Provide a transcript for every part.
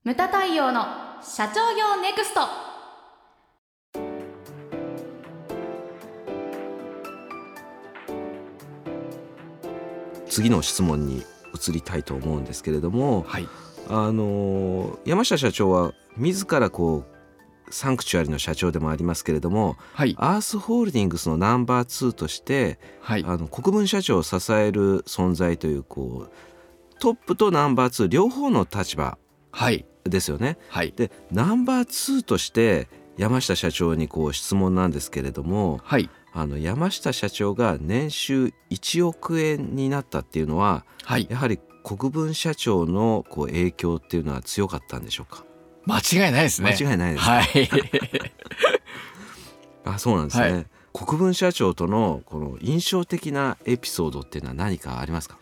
ムタ太陽の社長業ネクスト。 次の質問に移りたいと思うんですけれども、 はい、 山下社長は自らサンクチュアリの社長でもありますけれども、 はい、 アースホールディングスのナンバー2として、 はい、 国分社長を支える存在という、トップとナンバー2両方の立場はい、 ですよね。 はい、 でナンバー2として山下社長に質問なんですけれども、 はい、 山下社長が年収1億円になったっていうのは、 はい、 やはり国分社長の影響っていうのは強かったんでしょうか？ 間違いないですね。 間違いないです、 はいそうなんですね、 はい、 国分社長とのこの印象的なエピソードっていうのは何かありますか？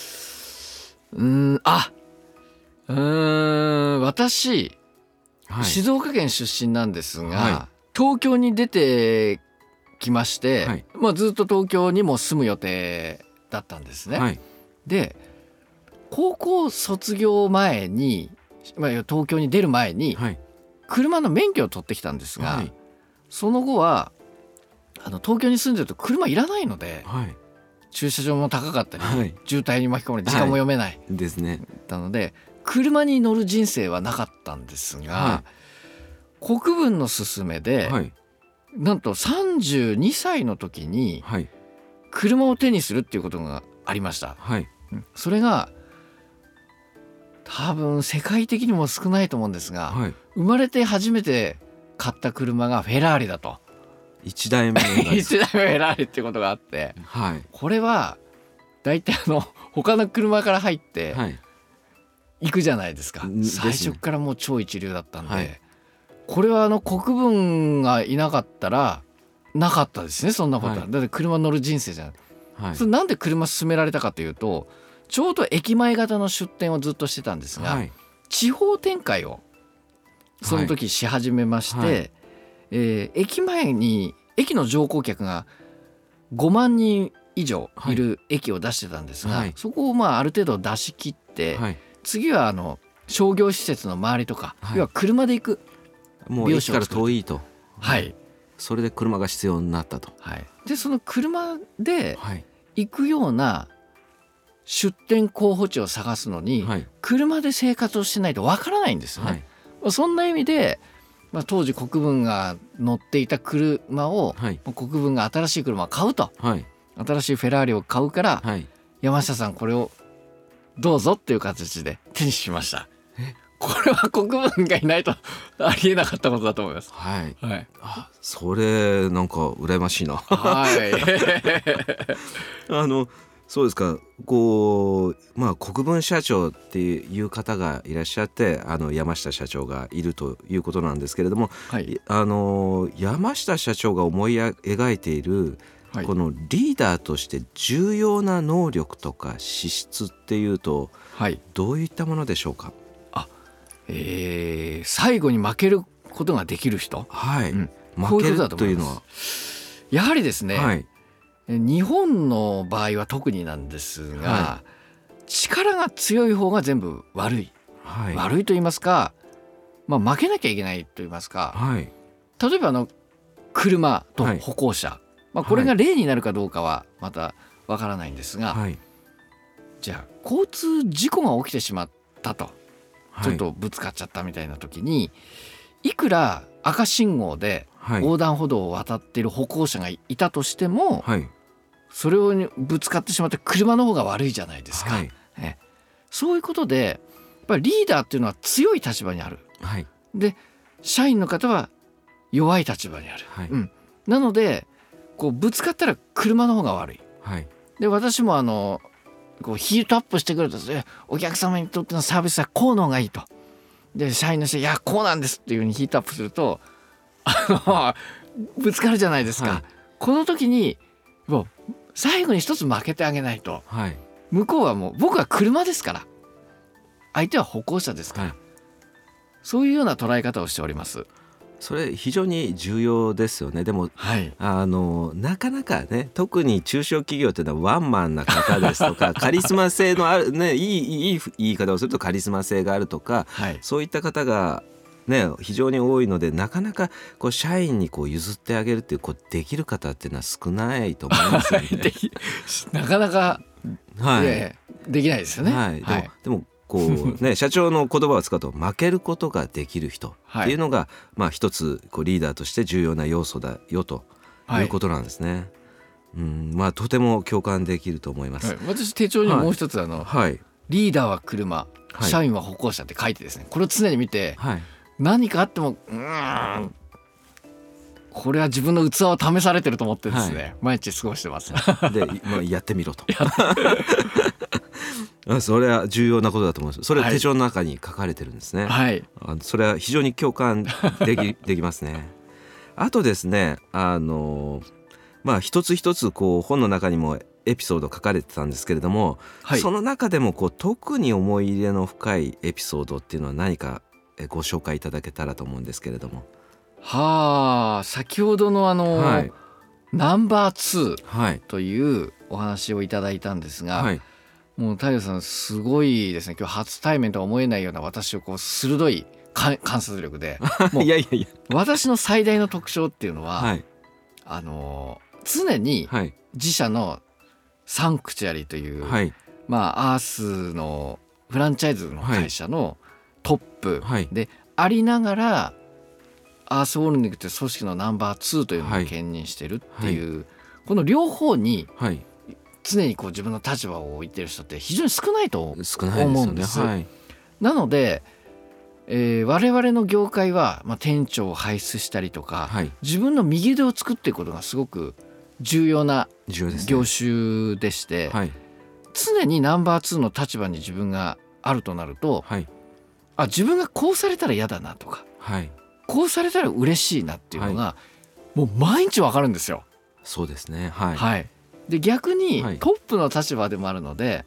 私、 はい、 静岡県出身なんですが、 は東京に出てきまして、 はい、 ずっと東京にも住む予定だったんですね、 はい、 で高校卒業前に、東京に出る前にはい、 車の免許を取ってきたんですが、 はい、 その後は東京に住んでると車いらないので、 はい、 駐車場も高かったり、 はい、 渋滞に巻き込まれて時間も読めない、 ですね。 なので車に乗る人生はなかったんですが、 は国分の勧めで、 はい、 なんと32歳の時にはい、 車を手にするっていうことがありました。 はい、 それが多分世界的にも少ないと思うんですが、 はい、 生まれて初めて買った車がフェラーリだと。 1台目が 1台目フェラーリっていうことがあって、 はい、 これは大体他の車から入ってはい、 行くじゃないですか、 ですね。 最初からもう超一流だったんで、 はい、 これは国分がいなかったらなかったですね、そんなことは、 はい、 だって車乗る人生じゃない、 はい、 それなんで車勧められたかというと、ちょうど駅前型の出店をずっとしてたんですが、 はい、 地方展開をその時し始めまして、 はい、 駅前に駅の乗降客が5万人以上いる駅を出してたんですが、 はい、 そこをある程度出し切って、 はい、 次は商業施設の周りとか、 はい、 要は車で行く、 もう駅から遠いと、 はい、 それで車が必要になったと、 はい、でその車ではい、 行くような出店候補地を探すのに、 はい、 車で生活をしてないとわからないんですよね、 はい、 そんな意味で、当時国分が乗っていた車を、 はい、 国分が新しい車を買うと、 はい、 新しいフェラーリを買うから、 はい、 山下さんこれをどうぞっていう形で手にしました。これは国分がいないとありえなかったことだと思います。 はい、 はい、 それなんか羨ましいなはいそうですか。国分社長っていう方がいらっしゃって、山下社長がいるということなんですけれども、 はい、 山下社長が思い描いている、 はい、 このリーダーとして重要な能力とか資質っていうと、 はい、 どういったものでしょうか？ 最後に負けることができる人、 はい、 負けるというのはやはりですね、 はい、 日本の場合は特になんですが、 は力が強い方が全部悪い、 はい、 悪いと言いますか、負けなきゃいけないと言いますか、 はい、 例えば車と歩行者、これが例になるかどうかはまたわからないんですが、 はい、 じゃあ交通事故が起きてしまったと、 はい、 ちょっとぶつかっちゃったみたいな時に、いくら赤信号ではい、 横断歩道を渡っている歩行者がいたとしても、 はい、 それをぶつかってしまって車の方が悪いじゃないですか、 はい、 そういうことでやっぱりリーダーっていうのは強い立場にある、 はい、 で社員の方は弱い立場にある、 はい、 なのでぶつかったら車の方が悪い、 はい、 で私もヒートアップしてくると、お客様にとってのサービスはこうの方がいいと、で社員の人いやこうなんですっていうふうにヒートアップするとぶつかるじゃないですか、 はい、 この時にもう最後に一つ負けてあげないと、 はい、 向こうはもう僕は車ですから相手は歩行者ですから、 はい、 そういうような捉え方をしております。 それ非常に重要ですよね。でもはいなかなかね、特に中小企業というのはワンマンな方ですとかカリスマ性のあるね、いい言い方をするとカリスマ性があるとか、 はいそういった方がね非常に多いので、なかなかこう社員にこう譲ってあげるっていう、こうできる方っていうのは少ないと思いますよね。 なかなか、 はい、 できないですよね。 はい、でもこうね社長の言葉を使うと負けることができる人っていうのが、まあ一つこうリーダーとして重要な要素だよということなんですね。まあとても共感できると思います。 私手帳にもう一つはいリーダーは車、 はい、 社員は歩行者って書いてですね、これを常に見て、 はい何かあってもこれは自分の器を試されてると思ってですね、毎日過ごしてます。 で、まあ、やってみろとそれは重要なことだと思います。それは手帳の中に書かれてるんですね。 はい、 それは非常に共感できますね。あとですね、まあ一つ一つこう本の中にもエピソード書かれてたんですけれども、 はい、 その中でもこう特に思い入れの深いエピソードっていうのは何かご紹介いただけたらと思うんですけれども。 はあ、先ほどのはい、 ナンバーはい、 2というお話をいただいたんですが、 はい、 もう太陽さんすごいですね。今日初対面とは思えないような私をこう鋭い観察力でもういやいやいや、 私の最大の特徴っていうのは、 はい、 常にはい、 自社のサンクチュアリという、 はい、 まあアースのフランチャイズの会社のトップはい、 でありながら、アースホールディングという組織のナンバー2というのを兼任してるっていう、この両方にはい、 常にこう自分の立場を置いてる人って非常に少ないと少ないです思よね。 うんです。 はい、 なので、我々の業界は、店長を輩出したりとか、 はい、 自分の右腕を作っていくことがすごく重要な重要ですね。 業種でして、 はい、 常にナンバー2の立場に自分があるとなると、 はい、 自分がこうされたら嫌だなとか、 はい、 こうされたら嬉しいなっていうのが、もう毎日わかるんですよ。 そうですね。はい、 はい、で逆にはいトップの立場でもあるので、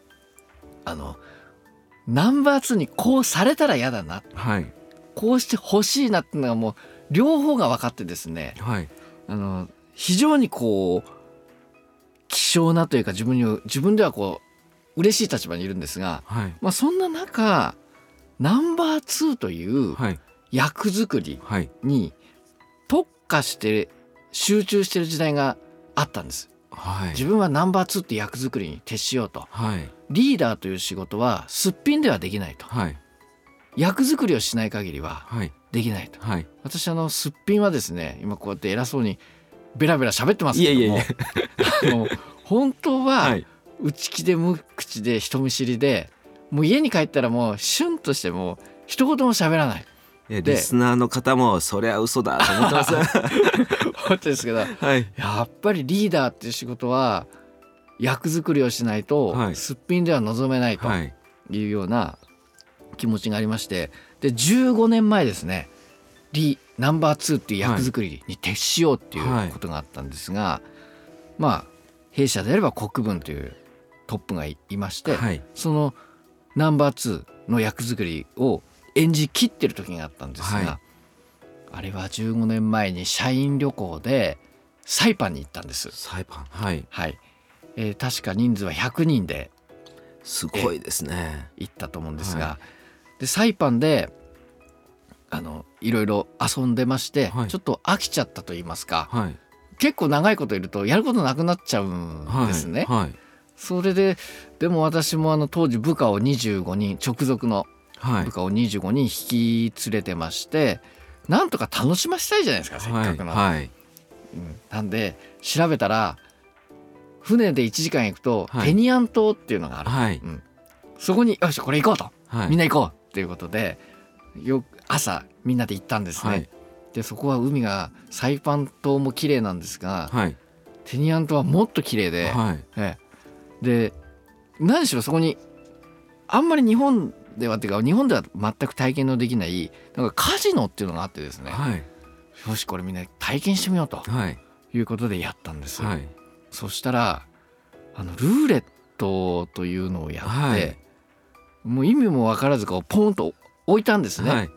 ナンバー2にこうされたら嫌だな、 はい、 こうしてほしいなっていうのがもう両方が分かってですね、 はい、 非常にこう希少なというか、自分ではこう嬉しい立場にいるんですが、 はい、 そんな中ナンバー2というはい、 役作りはい、 に特化して集中している時代があったんです。 はい、 自分はナンバー2って役作りに徹しようと。 はい、 リーダーという仕事はすっぴんではできないと。 はい、 役作りをしない限りははい、 できないと。 はい、 私すっぴんはですね、今こうやって偉そうにベラベラ喋ってますけども、 いやいやいや本当は、 はい、 内気で無口で人見知りで、もう家に帰ったらもうシュンとしてもう一言も喋らない。 リスナーの方もそりゃ嘘だと思ってます思ってですけど、 はい、 やっぱりリーダーっていう仕事は役作りをしないと、 はい、 すっぴんでは望めないというような気持ちがありまして、で15年前ですね、ナンバー2っていう役作りに徹しようっていうことがあったんですが、弊社であれば国分というトップがいまして、 はい、 そのナンバー2の役作りを演じ切ってる時があったんですが、 はい、 あれは15年前に社員旅行でサイパンに行ったんです。 サイパン、はい、 はい、確か人数は100人ですごいですね。 行ったと思うんですはが、でサイパンでいろいろ遊んでまして、 はい、 ちょっと飽きちゃったと言いますか、 はい、 結構長いこといるとやることなくなっちゃうんですね。 はい、はい、 それでも私も当時部下を25人、直属の部下を25人引き連れてまして、なんとか楽しませたいじゃないですか、せっかくの。 はい、 なんで調べたら、船で1時間行くと、 はい、 テニアン島っていうのがある、 はい、 そこによしこれ行こうと、 はい、 みんな行こうっていうことで朝みんなで行ったんですね。はい、でそこは海がサイパン島も綺麗なんですが、はい、テニアン島はもっと綺麗で、はい、で何しろそこにあんまり日本では全く体験のできないなんかカジノっていうのがあってですね、はい、よしこれみんな体験してみようということでやったんです。はい、そしたらルーレットというのをやって、はい、もう意味も分からずポンと置いたんですね。はい、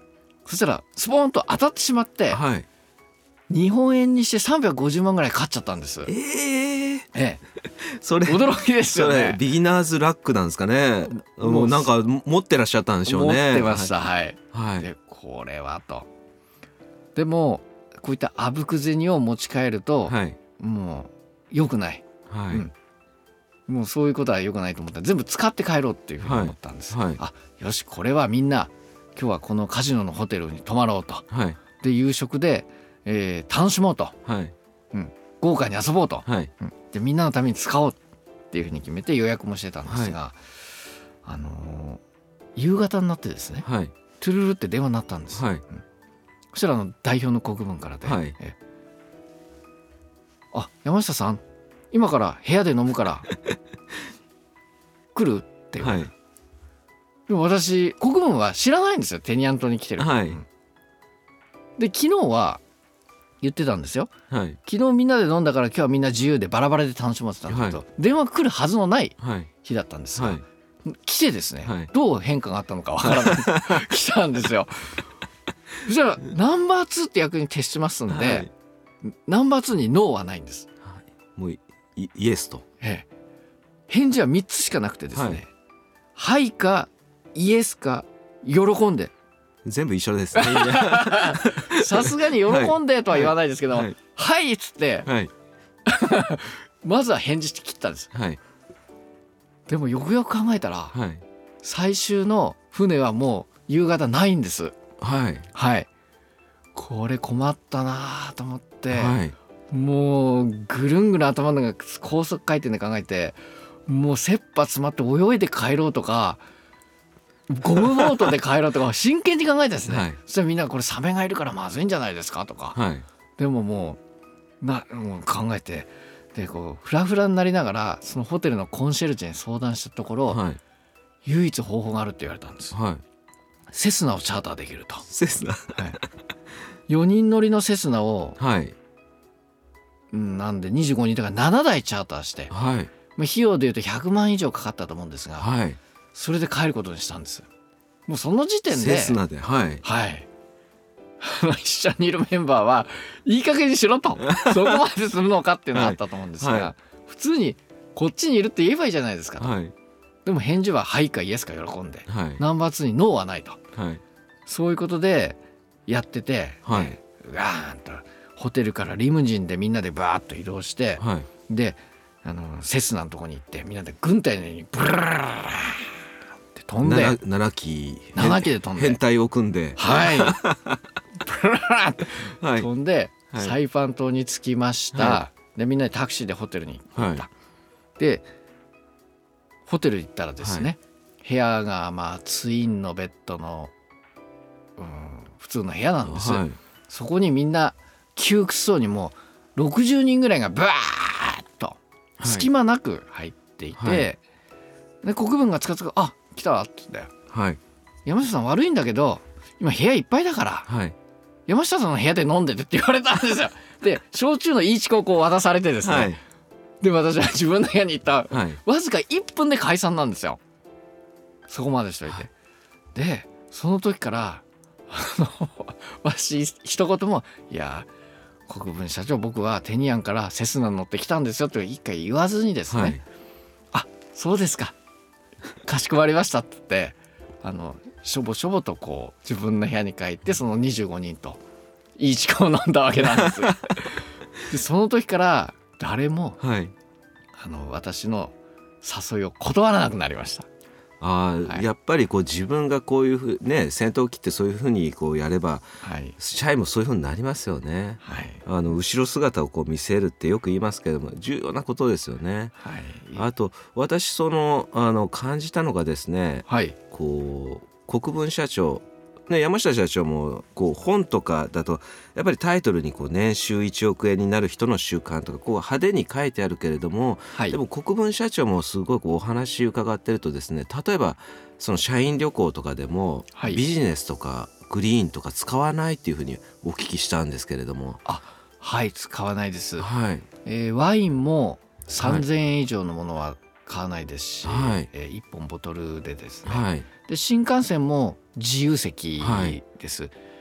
そしたらスポーンと当たってしまって、 はい、 日本円にして350万ぐらい勝っちゃったんです。 それ驚きですよね。 それビギナーズラックなんですかね。もうなんか持ってらっしゃったんでしょうね。 持ってました。はい、 はい、 でこれはと。でもこういったあぶく銭を持ち帰ると、はい、もう良くない、はい、もうそういうことは良くないと思ったら全部使って帰ろうっていうふうに思ったんです、はいはい、あ、よしこれはみんな今日はこのカジノのホテルに泊まろうと、はい、で夕食で、楽しもうと、はい、豪華に遊ぼうと、はい、でみんなのために使おうっていうふうに決めて予約もしてたんですが、はい、夕方になってですね、はい、トゥルルって電話になったんです、はい、そしたら代表の国分からで、はい、あ、山下さん今から部屋で飲むから来るって言われて、はい、でも私国分は知らないんですよ、テニアン島に来てる、はい、で昨日は言ってたんですよ、はい、昨日みんなで飲んだから今日はみんな自由でバラバラで楽しませたんだけど、はい、電話来るはずのない日だったんですが、はい、来てですね、はい、どう変化があったのかわからない来たんですよ。そしたらナンバー2って役に徹しますんで、はい、ナンバー2にノーはないんです、はい、 もうイエスと、 返事は3つしかなくてですね、はいかイエスか喜んで、 全部一緒ですねさすがに喜んでとは言わないですけど、はいっつって、はい、まずは返事して切ったんです、はい、でもよくよく考えたら、はい、最終の船はもう夕方ないんです、はいはい、これ困ったなと思って、はい、もうぐるんぐるん頭の中高速回転で考えて、もう切羽詰まって泳いで帰ろうとかゴムボートで帰ろうとか真剣に考えたんですね、はい、そしたらみんなこれサメがいるからまずいんじゃないですかとか、はい、でももう考えて、でこうフラフラになりながらそのホテルのコンシェルジュに相談したところ、はい、唯一方法があるって言われたんです、はい、セスナをチャーターできると。 セスナ、はい、 4人乗りのセスナを、はい、なんで25人だから7台チャーターして、はい、費用でいうと100万以上かかったと思うんですが、はい、それで帰ることにしたんです。もうその時点でセスナで、はいはい、一緒にいるメンバーはいい加減にしろとそこまでするのかっていうのがあったと思うんですが、はいはい、普通にこっちにいるって言えばいいじゃないですかと、はい、でも返事ははいかイエスか喜んで、はい、ナンバー2にノーはないと、はい、そういうことでやってて、はい、ガーンとホテルからリムジンでみんなでバーッと移動して、はい、でセスナのとこに行ってみんなで軍隊のようにブルルルルルって飛んで 7機で飛んで編隊を組んで、 はいブルルルって飛んで、はい、サイパン島に着きました、はい、でみんなでタクシーでホテルに行った、はい、でホテル行ったらですね、はい、部屋がツインのベッドの、普通の部屋なんです、はい、そこにみんな窮屈そうにもう60人ぐらいがバーッと隙間なく入っていて、はい、で国分がつかつかあ来たって言って、はい、山下さん悪いんだけど今部屋いっぱいだから、はい、山下さんの部屋で飲んでてって言われたんですよ。で焼酎のいいチコをこう渡されてですね、はい、で私は自分の部屋に行った、はい、わずか1分で解散なんですよ。そこまでしといて、はい、でその時から私一言もいや国分社長僕はテニアンからセスナに乗ってきたんですよって一回言わずにですね、はい、あそうですかかしこまりましたって言ってしょぼしょぼとこう自分の部屋に帰ってその25人といいチコを飲んだわけなんですでその時から誰も、はい、私の誘いを断らなくなりました。 はい、やっぱりこう自分がこういうふうね先頭を切ってそういうふうにこうやれば、はい、社員もそういうふうになりますよね、はい、後ろ姿をこう見せるってよく言いますけども重要なことですよね、はい、あと私感じたのがですね、はい、こう国分社長ね、山下社長もこう本とかだとやっぱりタイトルにこう年収1億円になる人の習慣とかこう派手に書いてあるけれども、はい、でも国分社長もすごくお話伺ってるとですね例えばその社員旅行とかでもビジネスとかグリーンとか使わないっていうふうにお聞きしたんですけれども。 はい使わないです、はいワインも3000円以上のものは買わないですし、はい1本ボトルでですね、はい、で新幹線も自由席です、はい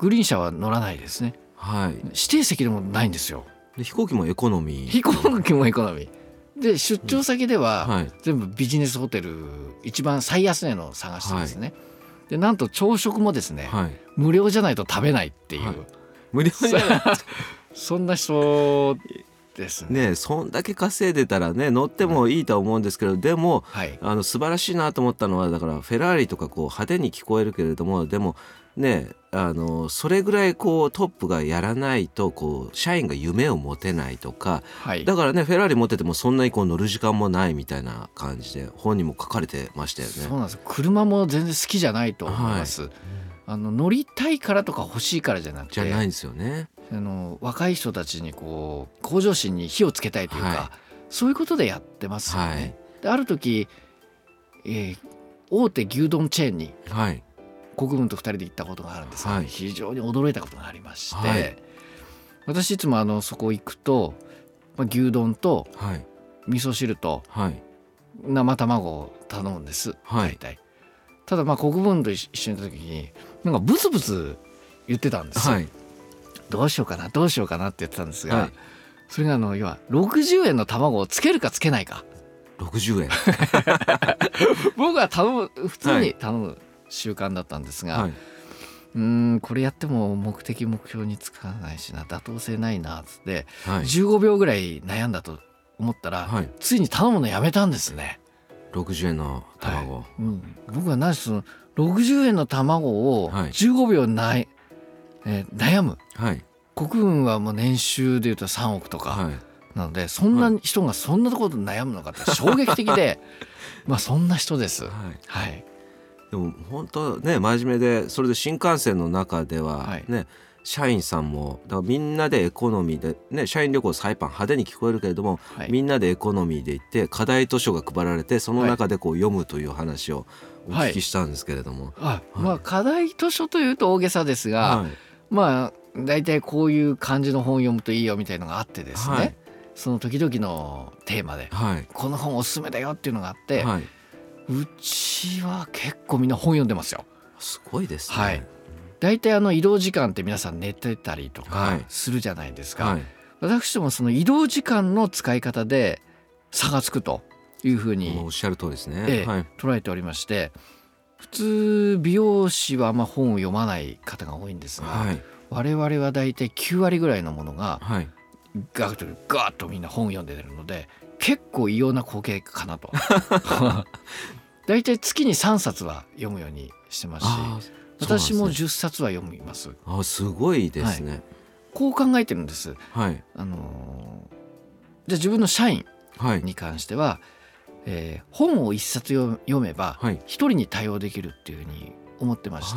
グリーン車は乗らないですね。 はい、 指定席でもないんですよ。 で飛行機もエコノミー。 飛行機もエコノミーで、出張先では全部ビジネスホテル、一番最安値のを探してですね、でなんと朝食もですね、無料じゃないと食べないっていう、 無料じゃないそんな人ですね。 そんだけ稼いでたらね乗ってもいいとは思うんですけど、でも、素晴らしいなと思ったのは、だからフェラーリとかこう派手に聞こえるけれども、でもねそれぐらいこうトップがやらないとこう社員が夢を持てないとか、だからねフェラーリ持っててもそんなにこう乗る時間もないみたいな感じで本にも書かれてましたよね。 そうなんです。車も全然好きじゃないと思います、乗りたいからとか欲しいからじゃなくて、 じゃないんですよね。 若い人たちにこう向上心に火をつけたいというか、そういうことでやってますよね。である時、大手牛丼チェーンに、国分と2人で行ったことがあるんですが、非常に驚いたことがありまして、私いつもそこ行くと、牛丼と味噌汁と生卵を頼むんです、大体。ただ国分と一緒にいた時になんかブツブツ言ってたんです、どうしようかなどうしようかなって言ってたんですが、それが要は60円の卵をつけるかつけないか。 60円僕は普通に頼む習慣だったんですが、これやっても目的目標につかないしな、妥当性ないなっつって、15秒ぐらい悩んだと思ったら、ついに頼むのやめたんですね。 60円の卵、 僕は何しろ60円の卵を15秒悩む、国運はもう年収でいうと3億とか、なのでそんな人がそんなところで悩むのかって衝撃的でそんな人です。 でも本当ね真面目で、それで新幹線の中ではね、社員さんもだからみんなでエコノミーでね、社員旅行サイパン派手に聞こえるけれども、みんなでエコノミーで行って課題図書が配られて、その中でこう読むという話をお聞きしたんですけれども、 課題図書というと大げさですが、だいたいこういう感じの本を読むといいよみたいなのがあってですね、その時々のテーマで、この本おすすめだよっていうのがあって、うちは結構みんな本読んでますよ。 すごいですね。 だいたい移動時間って皆さん寝てたりとかするじゃないですか、私どもその移動時間の使い方で差がつくというふうにおっしゃる通りですね、 捉えておりまして、普通美容師は本を読まない方が多いんですが、我々はだいたい9割ぐらいのものが、ガーッとみんな本を読んでるので、結構異様な光景かなとだいたい月に3冊は読むようにしてますし、私も10冊は読みます。 すごいですね、 こう考えてるんです、じゃあ自分の社員に関しては、本を1冊読めば1人に対応できるっていうふうに思ってまして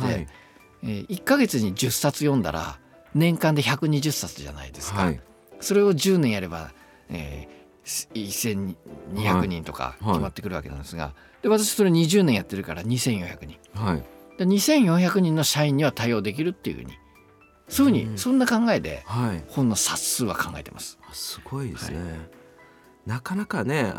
、1ヶ月に10冊読んだら年間で120冊じゃないですか、それを10年やれば、1200人とか決まってくるわけなんですが、で私それ20年やってるから2400人、で2400人の社員には対応できるっていうふうに、そういうふうに、そんな考えで本の冊数は考えてます。 すごいですね、なかなかね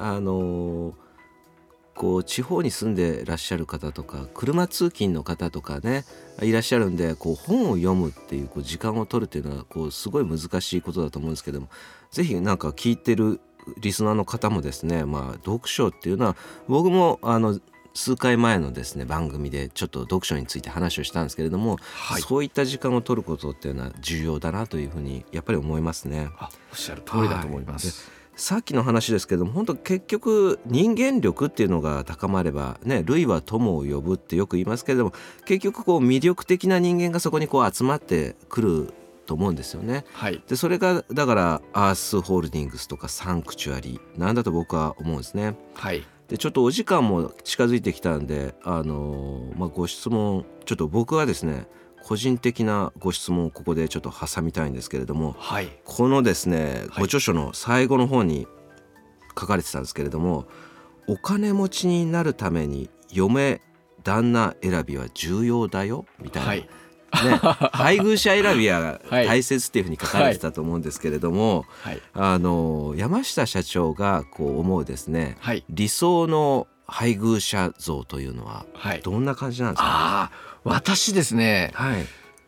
こう地方に住んでらっしゃる方とか車通勤の方とかねいらっしゃるんで、こう本を読むっていう時間を取るっていうのはすごい難しいことだと思うんですけども、ぜひなんか聞いてるリスナーの方もですね、読書っていうのは僕も数回前のですね番組でちょっと読書について話をしたんですけれども、そういった時間を取ることっていうのは重要だなというふうにやっぱり思いますね。 おっしゃる通りだと思います、 さっきの話ですけども、本当結局人間力っていうのが高まればね、類は友を呼ぶってよく言いますけれども、結局魅力的な人間がそこに集まってくると思うんですよね、でそれがだからアースホールディングスとかサンクチュアリなんだと僕は思うんですね。でちょっとお時間も近づいてきたんで、ご質問ちょっと僕はですね個人的なご質問をここでちょっと挟みたいんですけれども、このですねご著書の最後の方に書かれてたんですけれども、お金持ちになるために嫁旦那選びは重要だよみたいな、配偶者選びは大切っていうふうに書かれてたと思うんですけれども、山下社長が思うですね、理想の配偶者像というのはどんな感じなんですか？ 私ですね、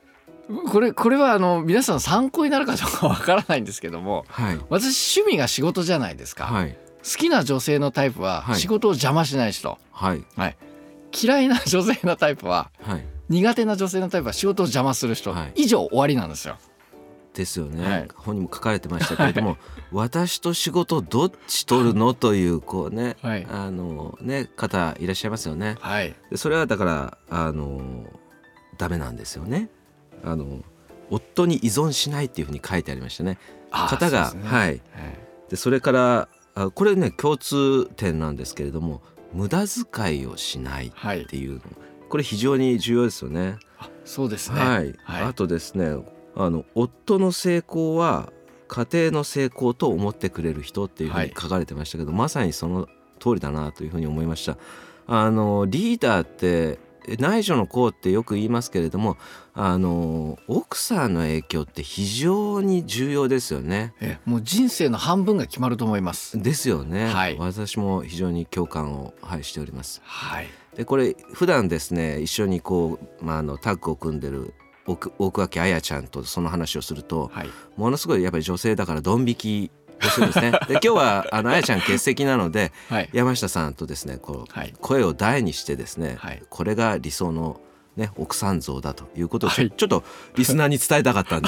これは皆さん参考になるかどうかわからないんですけども、 はい、 私趣味が仕事じゃないですか、 はい、 好きな女性のタイプは仕事を邪魔しない人、 はいはい、嫌いな女性のタイプは、 はい、 苦手な女性のタイプは仕事を邪魔する人、はい、以上終わりなんですよ。 ですよね、はい、本にも書かれてましたけれども、はい、私と仕事どっち取るのというこうね、はい、方いらっしゃいますよね、はい、でそれはだからダメなんですよね。夫に依存しないっていうふうに書いてありましたね。方が、ね、はい、でそれからこれね共通点なんですけれども、無駄遣いをしないっていうの、はい、これ非常に重要ですよね。 そうですね、 はいはい、あとですね、夫の成功は家庭の成功と思ってくれる人っていうふうに書かれてましたけど、はい、まさにその通りだなというふうに思いました。リーダーって内助の功ってよく言いますけれども、奥さんの影響って非常に重要ですよね。 もう人生の半分が決まると思います。 ですよね、はい、私も非常に共感を、はい、しております、 はい、 でこれ普段ですね一緒にこう、タッグを組んでる大桑木彩ちゃんとその話をすると、はい、ものすごいやっぱり女性だからドン引きをするんですね。で今日は彩ちゃん欠席なので、はい、山下さんとですねこう、はい、声を大にしてですね、はい、これが理想の、ね、奥さん像だということをちょっとリスナーに伝えたかったんです。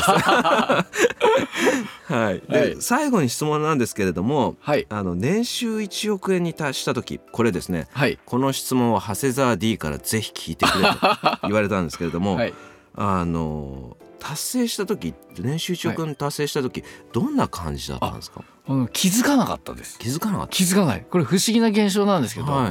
はい、で最後に質問なんですけれども、はい、年収1億円に達した時これですね、はい、この質問は長谷川 D からぜひ聞いてくれと言われたんですけれども、はい達成した時年収1億円達成した時、はい、どんな感じだったんですか？ 気づかなかったです。 気づかなかった。 気づかない。これ不思議な現象なんですけど、はい、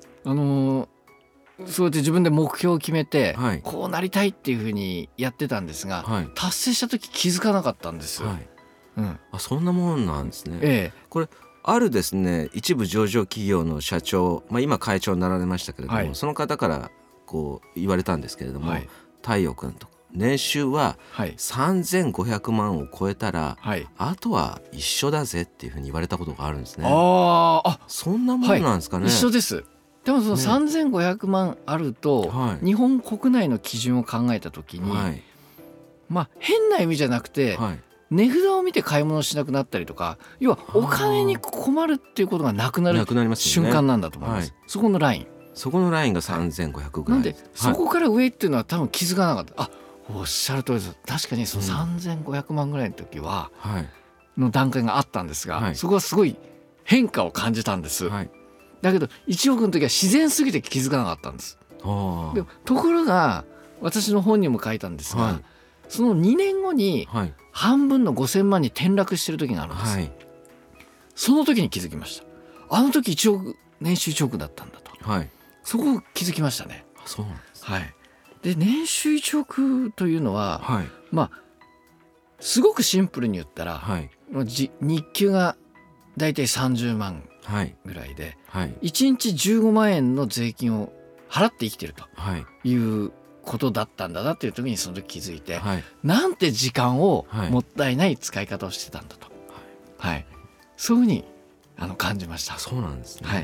そうやって自分で目標を決めて、はい、こうなりたいっていうふうにやってたんですが、はい、達成した時気づかなかったんです、はい、うん、 そんなもんなんですね、これあるですね一部上場企業の社長、今会長になられましたけれども、はい、その方からこう言われたんですけれども、はい、太陽君と年収は3500万を超えたら、はい、あとは一緒だぜっていうふうに言われたことがあるんですね。そんなもんなんですかね。 はい、一緒です。でもその3500万あると、ね、日本国内の基準を考えた時に、はい、変な意味じゃなくて、はい、値札を見て買い物しなくなったりとか、要はお金に困るっていうことがなくなる瞬間なんだと思います。そこのラインが3500ぐらいなんで、そこから上っていうのは多分気づかなかった。おっしゃる通りです。確かにその3500万ぐらいの時は、の段階があったんですが、そこはすごい変化を感じたんです、はい、だけど1億の時は自然すぎて気づかなかったんです。でもところが私の本にも書いたんですが、はい、その2年後に半分の5000万に転落してる時があるんです、はい、その時に気づきました。あの時年収1億だったんだと、はい、そこを気づきましたね。 そうなんです、 はい、で年収1億というのは、はい、すごくシンプルに言ったら、はい、日給がだいたい30万ぐらいで、はい、1日15万円の税金を払って生きてるということだったんだなっていう時にその時気づいて、はい、なんて時間をもったいない使い方をしてたんだと、はいはい、そういうふうに感じました。 そうなんですね、はい、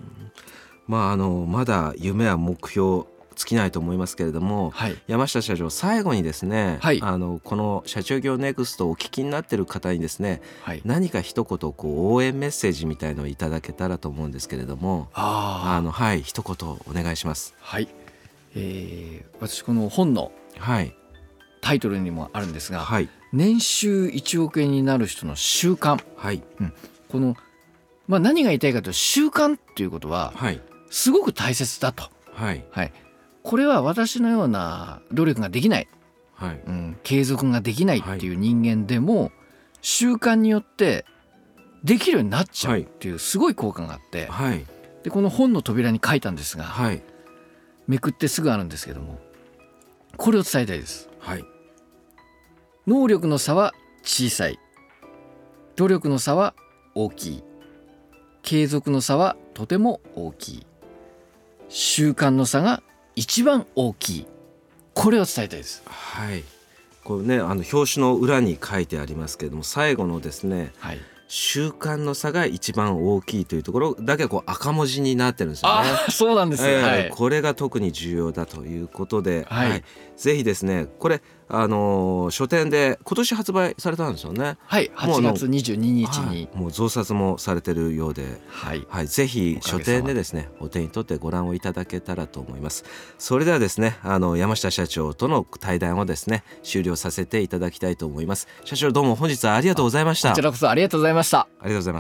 まだ夢は目標尽きないと思いますけれども、はい、山下社長最後にですね、はい、この社長業ネクストをお聞きになっている方にですね、はい、何か一言応援メッセージみたいのをいただけたらと思うんですけれども、はい、一言お願いします。 はい、私この本のタイトルにもあるんですが、はい、年収1億円になる人の習慣、はいこの何が言いたいかというと習慣ということはすごく大切だと、はいはい、これは私のような努力ができない、はい継続ができないっていう人間でも、習慣によってできるようになっちゃうっていうすごい効果があって、はい、でこの本の扉に書いたんですが、はい、めくってすぐあるんですけども、これを伝えたいです、はい、能力の差は小さい、努力の差は大きい、継続の差はとても大きい、習慣の差が一番大きい、これを伝えたいです。 はい、これね表紙の裏に書いてありますけれども、最後のですね、はい、習慣の差が一番大きいというところだけ赤文字になってるんですよね。 そうなんです、はい、 これが特に重要だということで、はいはい、ぜひですねこれ書店で今年発売されたんですよね。 はい、8月22日にもう増刷もされてるようで、 はいはい、ぜひ書店でですねお手に取ってご覧をいただけたらと思います。それではですね山下社長との対談をですね終了させていただきたいと思います。社長どうも本日はありがとうございました。 こちらこそありがとうございました。 ありがとうございます。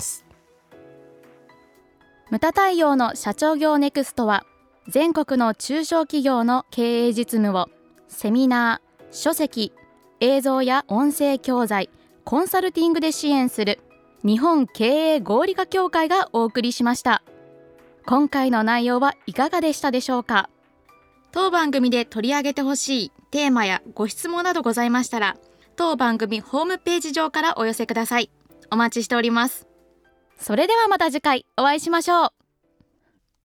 ムタ太陽の社長業ネクストは全国の中小企業の経営実務をセミナー、書籍、映像や音声教材、コンサルティングで支援する日本経営合理化協会がお送りしました。今回の内容はいかがでしたでしょうか。当番組で取り上げてほしいテーマやご質問などございましたら、当番組ホームページ上からお寄せください。お待ちしております。それではまた次回お会いしましょう。